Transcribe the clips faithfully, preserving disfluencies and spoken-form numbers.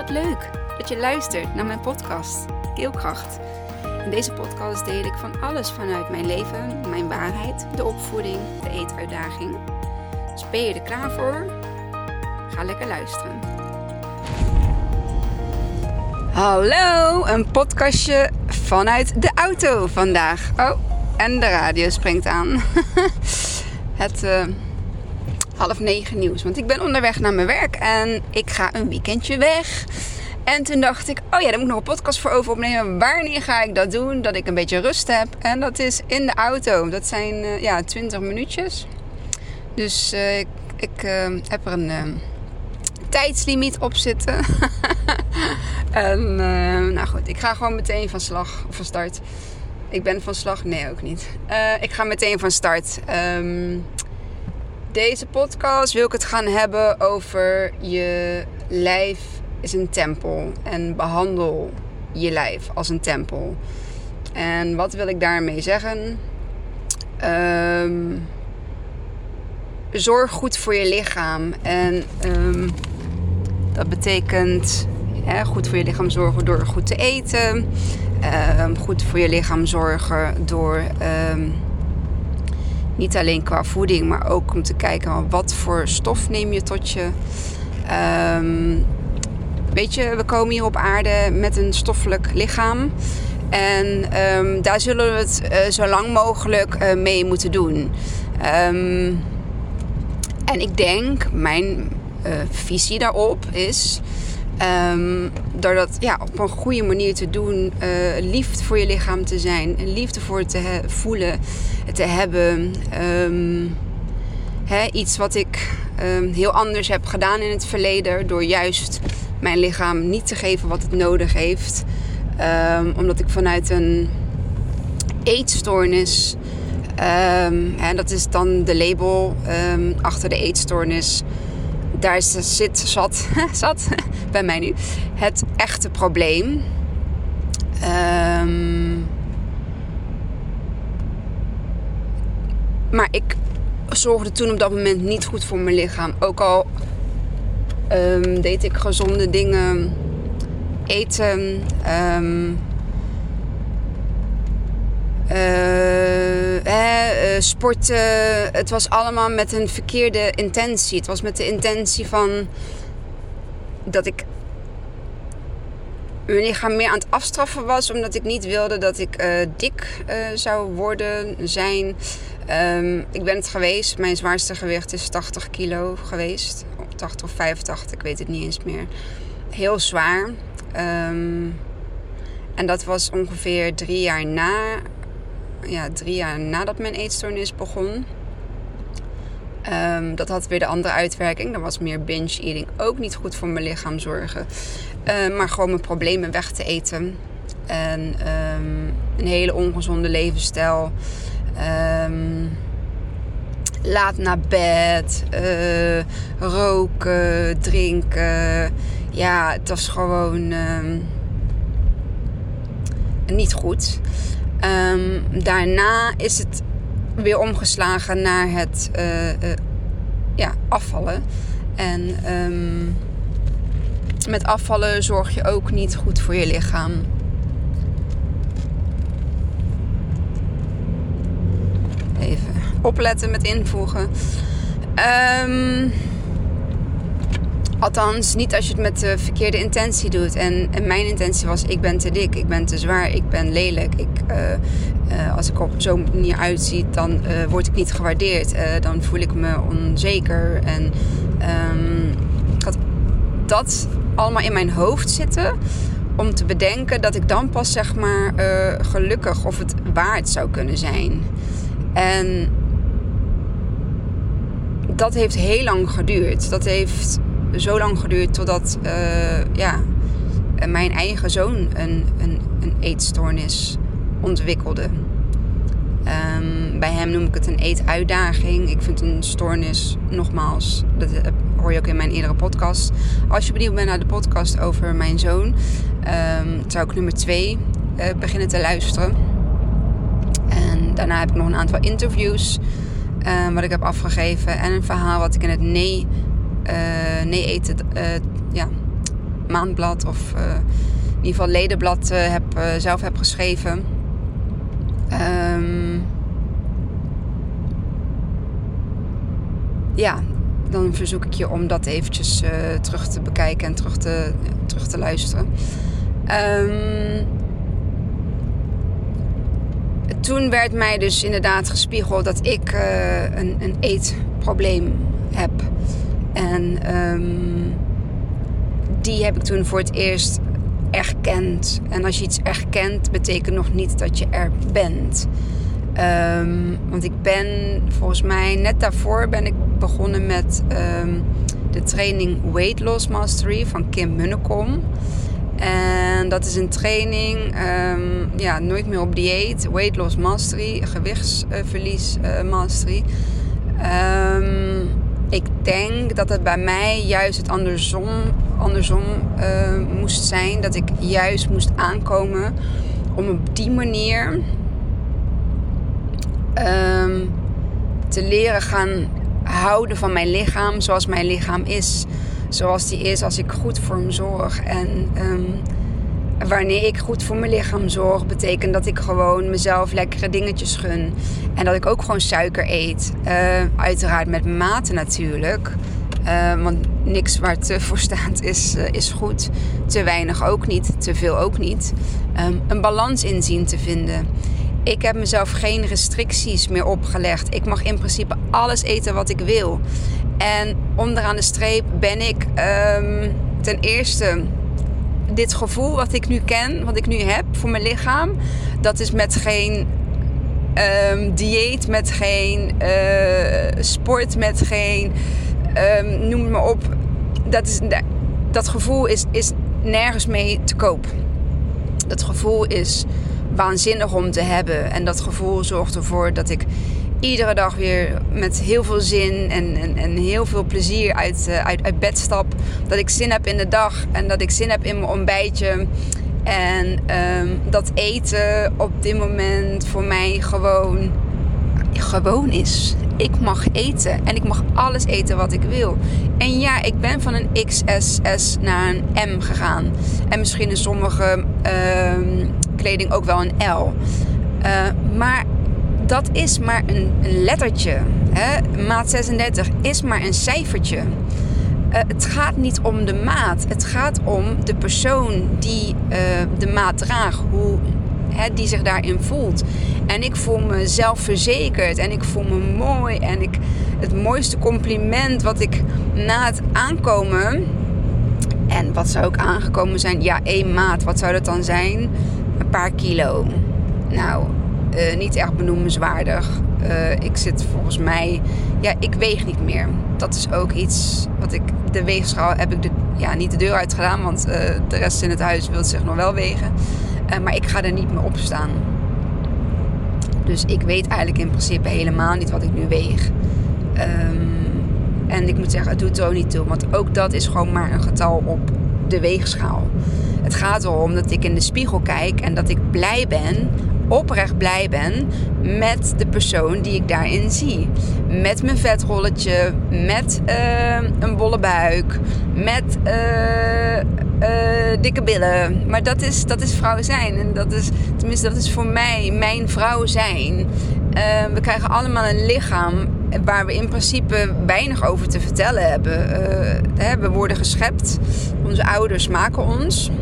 Wat leuk dat je luistert naar mijn podcast Keelkracht. In deze podcast deel ik van alles vanuit mijn leven, mijn waarheid, de opvoeding, de eetuitdaging. Dus ben je er klaar voor? Ga lekker luisteren. Hallo, een podcastje vanuit de auto vandaag. Oh, en de radio springt aan. Het uh, half negen nieuws, want ik ben onderweg naar mijn werk en ik ga een weekendje weg. En toen dacht ik, oh ja, daar moet ik nog een podcast voor over opnemen. Wanneer ga ik dat doen? Dat ik een beetje rust heb. En dat is in de auto. Dat zijn uh, ja, twintig minuutjes. Dus uh, ik, ik uh, heb er een uh, tijdslimiet op zitten. en uh, nou goed, ik ga gewoon meteen van slag, van start. Ik ben van slag? Nee, ook niet. Uh, ik ga meteen van start. Um, deze podcast wil ik het gaan hebben over je lijf is een tempel. En behandel je lijf als een tempel. En wat wil ik daarmee zeggen? Um, zorg goed voor je lichaam. En um, dat betekent ja, goed voor je lichaam zorgen door goed te eten. Um, goed voor je lichaam zorgen door um, niet alleen qua voeding, maar ook om te kijken wat voor stof neem je tot je. Um, weet je, we komen hier op aarde met een stoffelijk lichaam. En um, daar zullen we het uh, zo lang mogelijk uh, mee moeten doen. Um, en ik denk, mijn uh, visie daarop is Um, door dat ja, op een goede manier te doen, uh, liefde voor je lichaam te zijn, liefde voor te he- voelen, te hebben. Um, hè, iets wat ik um, heel anders heb gedaan in het verleden, door juist mijn lichaam niet te geven wat het nodig heeft. Um, omdat ik vanuit een eetstoornis, um, hè, dat is dan de label um, achter de eetstoornis. Daar zit, zat, zat bij mij nu het echte probleem. Um, maar ik zorgde toen op dat moment niet goed voor mijn lichaam. Ook al um, deed ik gezonde dingen, eten, um, Uh, eh, uh, sporten. Het was allemaal met een verkeerde intentie. Het was met de intentie van dat ik mijn lichaam meer aan het afstraffen was, omdat ik niet wilde dat ik uh, dik uh, zou worden, zijn. Um, ik ben het geweest. Mijn zwaarste gewicht is tachtig kilo geweest. tachtig of vijfentachtig, ik weet het niet eens meer. Heel zwaar. Um, en dat was ongeveer drie jaar na... Ja, drie jaar nadat mijn eetstoornis begon. Um, dat had weer de andere uitwerking. Dat was meer binge eating. Ook niet goed voor mijn lichaam zorgen. Uh, maar gewoon mijn problemen weg te eten. En um, een hele ongezonde levensstijl. Um, laat naar bed. Uh, roken, drinken. Ja, het was gewoon um, niet goed. Um, daarna is het weer omgeslagen naar het uh, uh, ja, afvallen. En um, met afvallen zorg je ook niet goed voor je lichaam. Even opletten met invoegen. Um, Althans, niet als je het met de verkeerde intentie doet. En, en mijn intentie was, ik ben te dik, ik ben te zwaar, ik ben lelijk. Ik, uh, uh, als ik op zo'n manier uitzie, dan uh, word ik niet gewaardeerd. Uh, dan voel ik me onzeker. En um, ik had dat allemaal in mijn hoofd zitten om te bedenken dat ik dan pas zeg maar uh, gelukkig of het waard zou kunnen zijn. En dat heeft heel lang geduurd. Dat heeft zo lang geduurd totdat uh, ja, mijn eigen zoon een, een, een eetstoornis ontwikkelde. Um, bij hem noem ik het een eetuitdaging. Ik vind een stoornis, nogmaals, dat hoor je ook in mijn eerdere podcast. Als je benieuwd bent naar de podcast over mijn zoon, um, zou ik nummer twee uh, beginnen te luisteren. En daarna heb ik nog een aantal interviews uh, wat ik heb afgegeven en een verhaal wat ik in het nee, uh, nee eten uh, ja, maandblad of uh, in ieder geval ledenblad uh, heb, uh, zelf heb geschreven. Um, ja, dan verzoek ik je om dat eventjes uh, terug te bekijken en terug te, terug te luisteren. Um, toen werd mij dus inderdaad gespiegeld dat ik uh, een, een eetprobleem heb. En um, die heb ik toen voor het eerst erkend. En als je iets erkent, betekent nog niet dat je er bent. Um, want ik ben volgens mij, net daarvoor ben ik begonnen met um, de training Weight Loss Mastery van Kim Munnekom. En dat is een training, um, ja, nooit meer op dieet, Weight Loss Mastery, gewichtsverlies uh, mastery. Um, ik denk dat het bij mij juist het andersom, andersom uh, moest zijn. Dat ik juist moest aankomen om op die manier um, te leren gaan houden van mijn lichaam zoals mijn lichaam is. Zoals die is als ik goed voor hem zorg. En um, wanneer ik goed voor mijn lichaam zorg, betekent dat ik gewoon mezelf lekkere dingetjes gun. En dat ik ook gewoon suiker eet. Uh, uiteraard met mate natuurlijk. Uh, want niks waar te voor staat is, uh, is goed. Te weinig ook niet. Te veel ook niet. Um, een balans in zien te vinden. Ik heb mezelf geen restricties meer opgelegd. Ik mag in principe alles eten wat ik wil. En onderaan de streep ben ik um, ten eerste dit gevoel wat ik nu ken, wat ik nu heb voor mijn lichaam. Dat is met geen um, dieet, met geen uh, sport, met geen, um, noem het maar op. Dat, is, dat gevoel is, is nergens mee te koop. Dat gevoel is waanzinnig om te hebben. En dat gevoel zorgt ervoor dat ik iedere dag weer met heel veel zin en, en, en heel veel plezier uit, uh, uit, uit bed stap. Dat ik zin heb in de dag en dat ik zin heb in mijn ontbijtje. En um, dat eten op dit moment voor mij gewoon, gewoon is. Ik mag eten en ik mag alles eten wat ik wil. En ja, ik ben van een X S S naar een M gegaan. En misschien in sommige uh, kleding ook wel een L. Uh, maar dat is maar een, een lettertje. Hè? Maat zesendertig is maar een cijfertje. Uh, het gaat niet om de maat. Het gaat om de persoon die uh, de maat draagt. Hoe hè, die zich daarin voelt. En ik voel me zelfverzekerd. En ik voel me mooi. En ik, het mooiste compliment wat ik na het aankomen. En wat zou ook aangekomen zijn? Ja, één maat. Wat zou dat dan zijn? Een paar kilo. Nou, uh, niet echt benoemenswaardig. Uh, ik zit volgens mij... Ja, ik weeg niet meer. Dat is ook iets wat ik... De weegschaal heb ik de, ja, niet de deur uit gedaan. Want uh, de rest in het huis wil zich nog wel wegen. Uh, maar ik ga er niet meer op staan. Dus ik weet eigenlijk in principe helemaal niet wat ik nu weeg. Um, en ik moet zeggen, het doet er ook niet toe. Want ook dat is gewoon maar een getal op de weegschaal. Het gaat erom dat ik in de spiegel kijk en dat ik blij ben... oprecht blij ben met de persoon die ik daarin zie. Met mijn vetrolletje, met uh, een bolle buik, met uh, uh, dikke billen. Maar dat is, dat is vrouw zijn. En dat is, tenminste, dat is voor mij mijn vrouw zijn. Uh, we krijgen allemaal een lichaam waar we in principe weinig over te vertellen hebben. Uh, hè, we worden geschept. Onze ouders maken ons.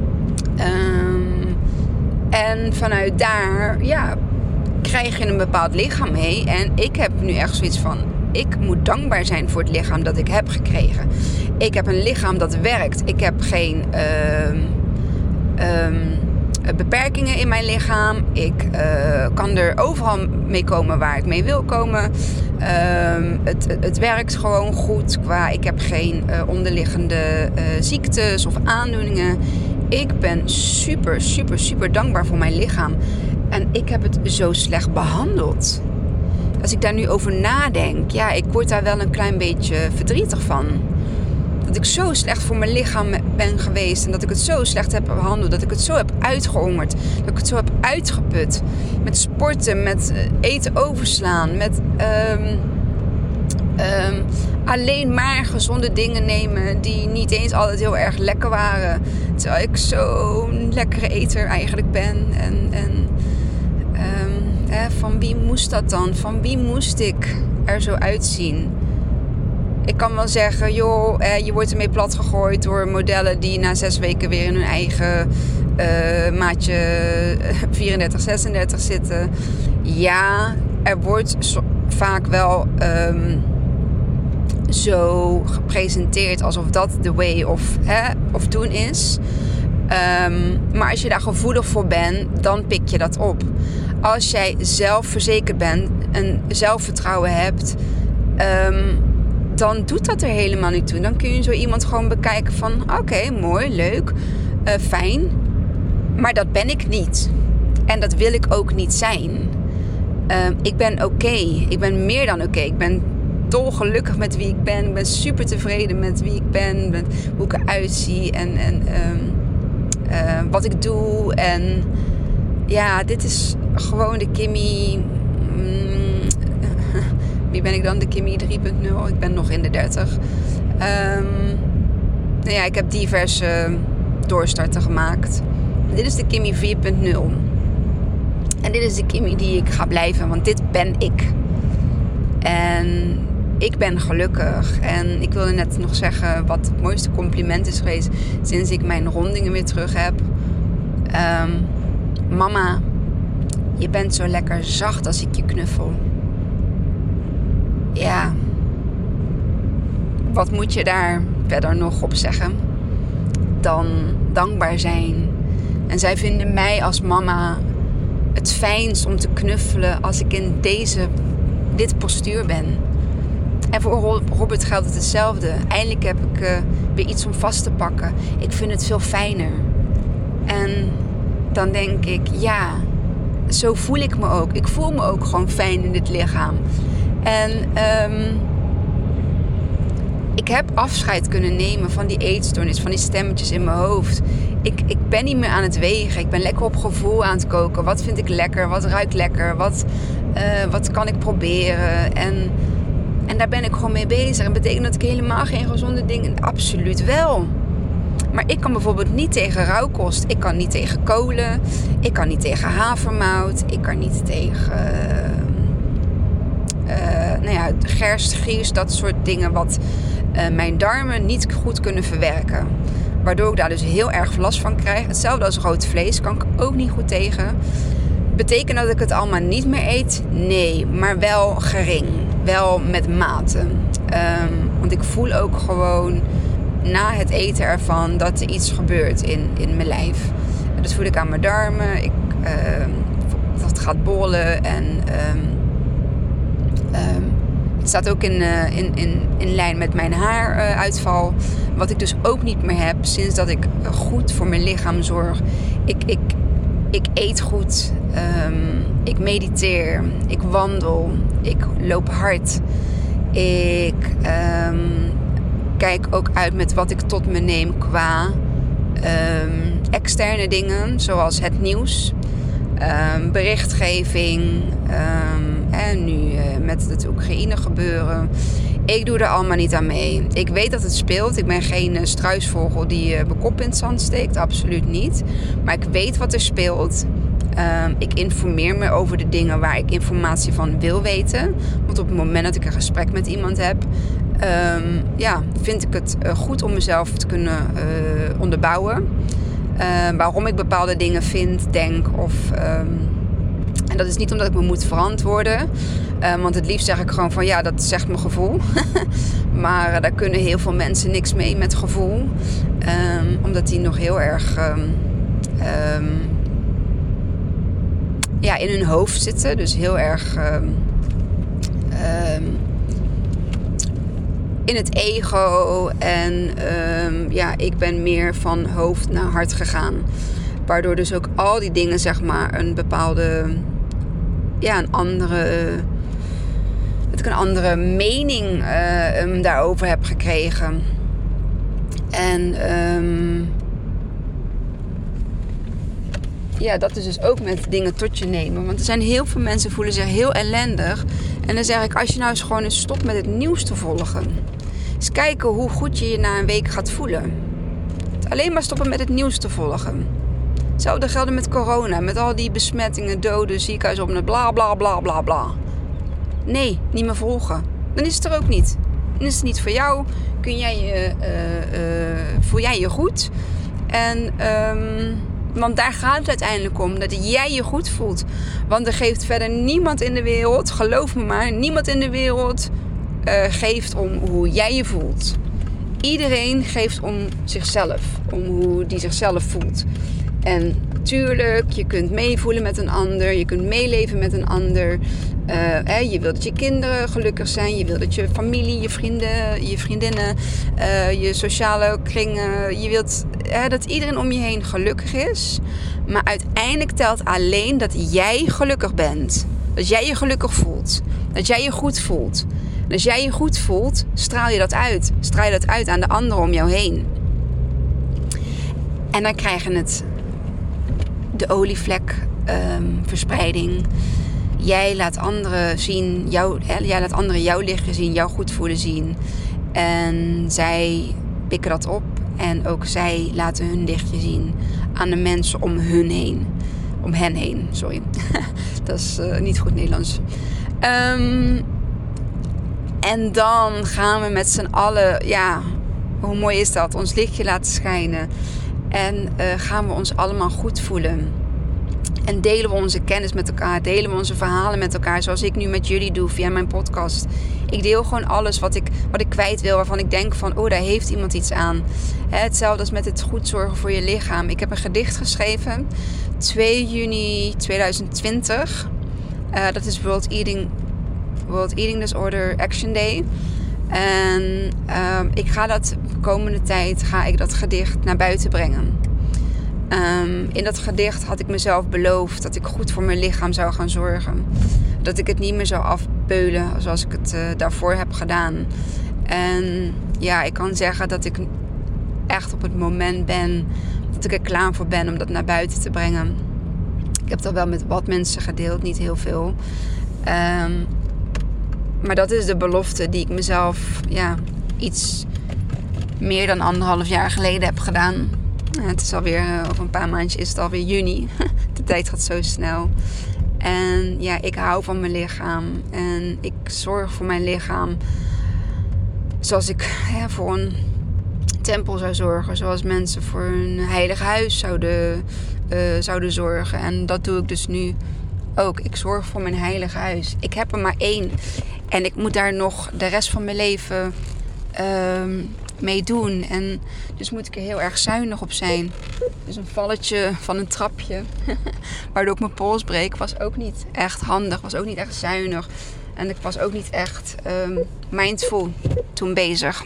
Um, En vanuit daar, ja, krijg je een bepaald lichaam mee. En ik heb nu echt zoiets van... Ik moet dankbaar zijn voor het lichaam dat ik heb gekregen. Ik heb een lichaam dat werkt. Ik heb geen uh, um, beperkingen in mijn lichaam. Ik uh, kan er overal mee komen waar ik mee wil komen. Um, het, het werkt gewoon goed. Qua, ik heb geen uh, onderliggende uh, ziektes of aandoeningen. Ik ben super, super, super dankbaar voor mijn lichaam. En ik heb het zo slecht behandeld. Als ik daar nu over nadenk, ja, ik word daar wel een klein beetje verdrietig van. Dat ik zo slecht voor mijn lichaam ben geweest. En dat ik het zo slecht heb behandeld. Dat ik het zo heb uitgehongerd. Dat ik het zo heb uitgeput. Met sporten, met eten overslaan. Met um, um, alleen maar gezonde dingen nemen die niet eens altijd heel erg lekker waren. Terwijl ik zo'n lekkere eter eigenlijk ben. En, en um, hè, van wie moest dat dan? Van wie moest ik er zo uitzien? Ik kan wel zeggen, joh, eh, je wordt ermee plat gegooid door modellen die na zes weken weer in hun eigen uh, maatje vierendertig, zesendertig zitten. Ja, er wordt zo, vaak wel um, zo gepresenteerd alsof dat de way of, hè, of doen is. Um, maar als je daar gevoelig voor bent, dan pik je dat op. Als jij zelfverzekerd bent en zelfvertrouwen hebt, um, dan doet dat er helemaal niet toe. Dan kun je zo iemand gewoon bekijken van, oké, okay, mooi, leuk, uh, fijn. Maar dat ben ik niet. En dat wil ik ook niet zijn. Uh, ik ben oké. Okay. Ik ben meer dan oké. Okay. Ik ben dolgelukkig met wie ik ben. Ik ben super tevreden met wie ik ben. Met hoe ik eruit zie. En, en um, uh, wat ik doe. En ja, dit is gewoon de Kimmy. Mm, wie ben ik dan? De Kimmy drie punt nul. Ik ben nog in de dertig. Um, nou ja, ik heb diverse doorstarten gemaakt. Dit is de Kimmy vier punt nul. En dit is de Kimmy die ik ga blijven. Want dit ben ik. En ik ben gelukkig. En ik wilde net nog zeggen wat het mooiste compliment is geweest sinds ik mijn rondingen weer terug heb. Um, mama, je bent zo lekker zacht als ik je knuffel. Ja. Wat moet je daar verder nog op zeggen? Dan dankbaar zijn. En zij vinden mij als mama het fijnst om te knuffelen als ik in deze, dit postuur ben. En voor Robert geldt het hetzelfde. Eindelijk heb ik uh, weer iets om vast te pakken. Ik vind het veel fijner. En dan denk ik, ja, zo voel ik me ook. Ik voel me ook gewoon fijn in dit lichaam. En um, ik heb afscheid kunnen nemen van die eetstoornis, van die stemmetjes in mijn hoofd. Ik, ik ben niet meer aan het wegen. Ik ben lekker op gevoel aan het koken. Wat vind ik lekker? Wat ruikt lekker? Wat, uh, wat kan ik proberen? En, en daar ben ik gewoon mee bezig. En betekent dat ik helemaal geen gezonde dingen... Absoluut wel. Maar ik kan bijvoorbeeld niet tegen rauwkost. Ik kan niet tegen kolen. Ik kan niet tegen havermout. Ik kan niet tegen... Uh, nou ja, gerst, gries, dat soort dingen wat uh, mijn darmen niet goed kunnen verwerken. Waardoor ik daar dus heel erg last van krijg. Hetzelfde als rood vlees, kan ik ook niet goed tegen. Betekent dat ik het allemaal niet meer eet? Nee, maar wel gering. Wel met mate. Um, want ik voel ook gewoon na het eten ervan dat er iets gebeurt in, in mijn lijf. Dat voel ik aan mijn darmen. Ik, uh, dat het gaat bollen en... Um, Um, het staat ook in, uh, in, in, in lijn met mijn haaruitval. Uh, wat ik dus ook niet meer heb sinds dat ik uh, goed voor mijn lichaam zorg. Ik, ik, ik eet goed. Um, ik mediteer. Ik wandel. Ik loop hard. Ik um, kijk ook uit met wat ik tot me neem qua um, externe dingen. Zoals het nieuws. Um, berichtgeving. Um, En nu uh, met het Oekraïne gebeuren. Ik doe er allemaal niet aan mee. Ik weet dat het speelt. Ik ben geen uh, struisvogel die uh, mijn kop in het zand steekt. Absoluut niet. Maar ik weet wat er speelt. Uh, ik informeer me over de dingen waar ik informatie van wil weten. Want op het moment dat ik een gesprek met iemand heb... Um, ja, vind ik het uh, goed om mezelf te kunnen uh, onderbouwen. Uh, waarom ik bepaalde dingen vind, denk of... Um, En dat is niet omdat ik me moet verantwoorden. Uh, want het liefst zeg ik gewoon van ja, dat zegt mijn gevoel. maar uh, daar kunnen heel veel mensen niks mee met gevoel. Um, omdat die nog heel erg um, um, ja, in hun hoofd zitten. Dus heel erg um, um, in het ego. En um, ja, ik ben meer van hoofd naar hart gegaan. Waardoor dus ook al die dingen zeg maar een bepaalde... Ja, een andere... Dat ik een andere mening uh, um, daarover heb gekregen. En... Um, ja, dat is dus ook met dingen tot je nemen. Want er zijn heel veel mensen voelen zich heel ellendig. En dan zeg ik, als je nou eens gewoon eens stopt met het nieuws te volgen. Eens kijken hoe goed je je na een week gaat voelen. Alleen maar stoppen met het nieuws te volgen. Hetzelfde geldt met corona. Met al die besmettingen, doden, ziekenhuisopnames, bla bla bla bla bla. Nee, niet meer volgen. Dan is het er ook niet. Dan is het niet voor jou. Kun jij je, uh, uh, voel jij je goed. En, um, want daar gaat het uiteindelijk om. Dat jij je goed voelt. Want er geeft verder niemand in de wereld, geloof me maar, niemand in de wereld uh, geeft om hoe jij je voelt. Iedereen geeft om zichzelf. Om hoe die zichzelf voelt. En tuurlijk, je kunt meevoelen met een ander. Je kunt meeleven met een ander. Uh, hè, je wilt dat je kinderen gelukkig zijn. Je wilt dat je familie, je vrienden, je vriendinnen, uh, je sociale kringen. Je wilt hè, dat iedereen om je heen gelukkig is. Maar uiteindelijk telt alleen dat jij gelukkig bent. Dat jij je gelukkig voelt. Dat jij je goed voelt. En als jij je goed voelt, straal je dat uit. Straal je dat uit aan de anderen om jou heen. En dan krijgen het de olievlek um, verspreiding. Jij laat anderen zien, jou, jij laat anderen jouw lichtje zien, jouw goed voelen zien. En zij pikken dat op. En ook zij laten hun lichtje zien aan de mensen om hun heen. Om hen heen, sorry. Dat is uh, niet goed Nederlands. Um, en dan gaan we met z'n allen, ja, hoe mooi is dat? Ons lichtje laten schijnen. En uh, gaan we ons allemaal goed voelen. En delen we onze kennis met elkaar. Delen we onze verhalen met elkaar. Zoals ik nu met jullie doe via mijn podcast. Ik deel gewoon alles wat ik, wat ik kwijt wil. Waarvan ik denk van, oh, daar heeft iemand iets aan. Hè, hetzelfde als met het goed zorgen voor je lichaam. Ik heb een gedicht geschreven. twee juni tweeduizend twintig. Uh, dat is World Eating, World Eating Disorder Action Day. En uh, ik ga dat de komende tijd ga ik dat gedicht naar buiten brengen. Um, in dat gedicht had ik mezelf beloofd dat ik goed voor mijn lichaam zou gaan zorgen. Dat ik het niet meer zou afbeulen zoals ik het uh, daarvoor heb gedaan. En ja, ik kan zeggen dat ik echt op het moment ben dat ik er klaar voor ben om dat naar buiten te brengen. Ik heb dat wel met wat mensen gedeeld, niet heel veel. Um, maar dat is de belofte die ik mezelf ja, iets meer dan anderhalf jaar geleden heb gedaan. Het is alweer, over een paar maandjes is het alweer juni. De tijd gaat zo snel. En ja, ik hou van mijn lichaam. En ik zorg voor mijn lichaam zoals ik ja, voor een tempel zou zorgen. Zoals mensen voor een heilig huis zouden, uh, zouden zorgen. En dat doe ik dus nu ook. Ik zorg voor mijn heilig huis. Ik heb er maar één. En ik moet daar nog de rest van mijn leven Uh, mee doen. En dus moet ik er heel erg zuinig op zijn. Dus een valletje van een trapje waardoor ik mijn pols breek was ook niet echt handig. Was ook niet echt zuinig. En ik was ook niet echt um, mindful toen bezig.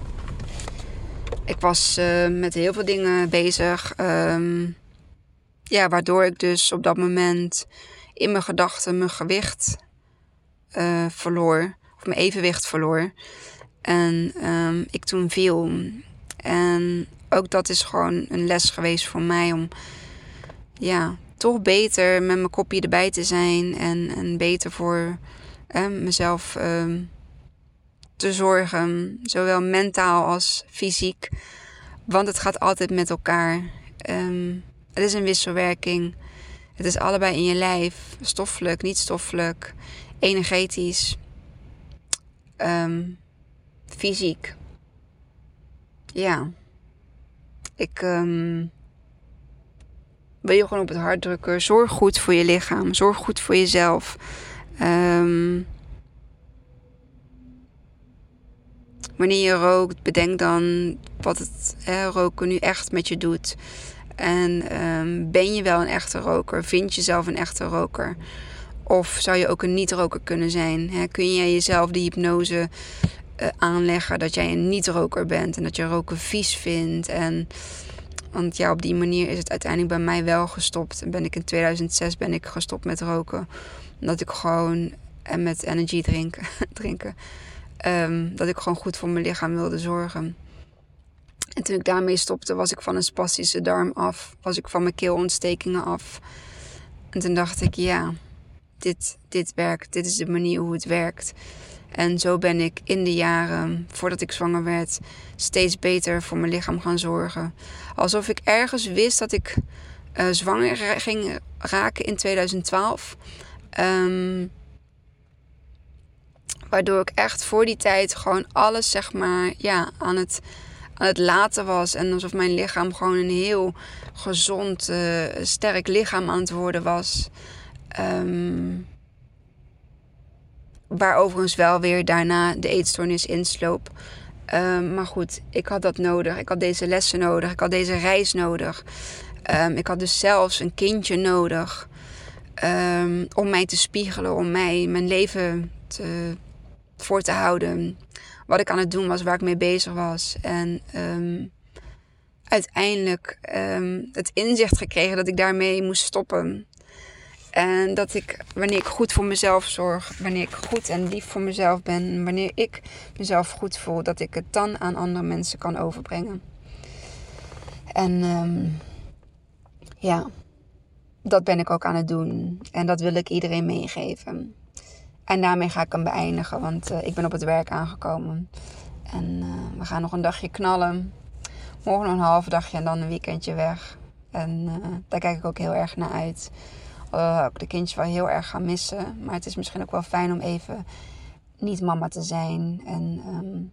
Ik was uh, met heel veel dingen bezig. Um, ja, waardoor ik dus op dat moment in mijn gedachten mijn gewicht uh, verloor. Of mijn evenwicht verloor. En um, ik toen viel. En ook dat is gewoon een les geweest voor mij om ja, toch beter met mijn kopje erbij te zijn. En, en beter voor eh, mezelf um, te zorgen. Zowel mentaal als fysiek. Want het gaat altijd met elkaar. Um, het is een wisselwerking. Het is allebei in je lijf. Stoffelijk, niet stoffelijk. Energetisch. Um, Fysiek. Ja. Ik um, wil je gewoon op het hart drukken. Zorg goed voor je lichaam. Zorg goed voor jezelf. Um, wanneer je rookt, bedenk dan wat het hè, roken nu echt met je doet. En um, ben je wel een echte roker? Vind je zelf een echte roker? Of zou je ook een niet-roker kunnen zijn? Hè? Kun jij jezelf de hypnose Uh, aanleggen dat jij een niet-roker bent en dat je roken vies vindt. En, want ja, op die manier is het uiteindelijk bij mij wel gestopt. En ben ik in tweeduizend zes ben ik gestopt met roken. Omdat ik gewoon, en met energy drinken, drinken, um, dat ik gewoon goed voor mijn lichaam wilde zorgen. En toen ik daarmee stopte, was ik van een spastische darm af. Was ik van mijn keelontstekingen af. En toen dacht ik, ja, dit, dit werkt. Dit is de manier hoe het werkt. En zo ben ik in de jaren, voordat ik zwanger werd, steeds beter voor mijn lichaam gaan zorgen. Alsof ik ergens wist dat ik uh, zwanger ging raken in tweeduizend twaalf. Um, waardoor ik echt voor die tijd gewoon alles, zeg maar, ja, aan het, aan het laten was. En alsof mijn lichaam gewoon een heel gezond, uh, sterk lichaam aan het worden was. Um, Waar overigens wel weer daarna de eetstoornis insloop. Um, maar goed, ik had dat nodig. Ik had deze lessen nodig. Ik had deze reis nodig. Um, ik had dus zelfs een kindje nodig. Um, om mij te spiegelen. Om mij mijn leven te, voor te houden. Wat ik aan het doen was. Waar ik mee bezig was. En um, uiteindelijk um, het inzicht gekregen dat ik daarmee moest stoppen. En dat ik, wanneer ik goed voor mezelf zorg, wanneer ik goed en lief voor mezelf ben, wanneer ik mezelf goed voel, dat ik het dan aan andere mensen kan overbrengen. En um, ja, dat ben ik ook aan het doen. En dat wil ik iedereen meegeven. En daarmee ga ik hem beëindigen, want uh, ik ben op het werk aangekomen. En uh, we gaan nog een dagje knallen. Morgen nog een half dagje en dan een weekendje weg. En uh, daar kijk ik ook heel erg naar uit. Uh, ik de kindjes wel heel erg gaan missen. Maar het is misschien ook wel fijn om even niet mama te zijn. En um,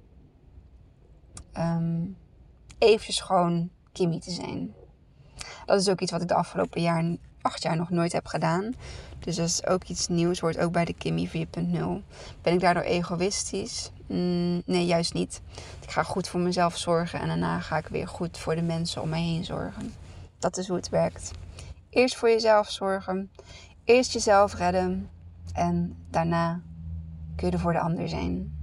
um, eventjes gewoon Kimmy te zijn. Dat is ook iets wat ik de afgelopen jaar, acht jaar nog nooit heb gedaan. Dus dat is ook iets nieuws. Hoort ook bij de Kimmy vier punt nul. Ben ik daardoor egoïstisch? Mm, nee, juist niet. Ik ga goed voor mezelf zorgen. En daarna ga ik weer goed voor de mensen om mij heen zorgen. Dat is hoe het werkt. Eerst voor jezelf zorgen. Eerst jezelf redden. En daarna kun je er voor de ander zijn.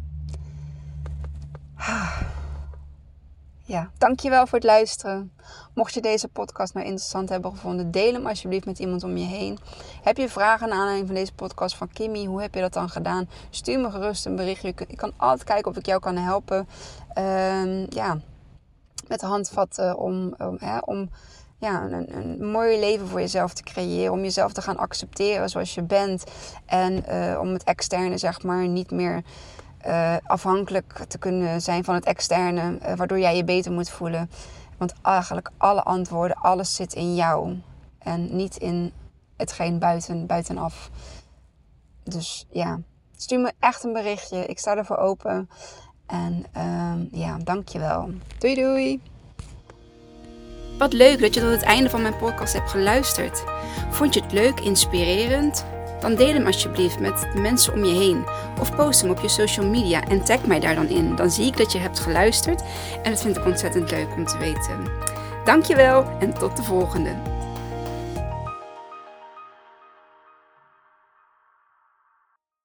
Ja, dankjewel voor het luisteren. Mocht je deze podcast nou interessant hebben gevonden, deel hem alsjeblieft met iemand om je heen. Heb je vragen naar aanleiding van deze podcast van Kimmy? Hoe heb je dat dan gedaan? Stuur me gerust een berichtje. Ik kan altijd kijken of ik jou kan helpen. Um, ja, met de handvatten om... om, hè, om Ja, een, een mooi leven voor jezelf te creëren. Om jezelf te gaan accepteren zoals je bent. En uh, om het externe, zeg maar, niet meer uh, afhankelijk te kunnen zijn van het externe. Uh, waardoor jij je beter moet voelen. Want eigenlijk alle antwoorden, alles zit in jou. En niet in hetgeen buiten, buitenaf. Dus ja, stuur me echt een berichtje. Ik sta ervoor open. En uh, ja, dankjewel. Doei doei. Wat leuk dat je tot het einde van mijn podcast hebt geluisterd. Vond je het leuk, inspirerend? Dan deel hem alsjeblieft met de mensen om je heen. Of post hem op je social media en tag mij daar dan in. Dan zie ik dat je hebt geluisterd en dat vind ik ontzettend leuk om te weten. Dankjewel en tot de volgende.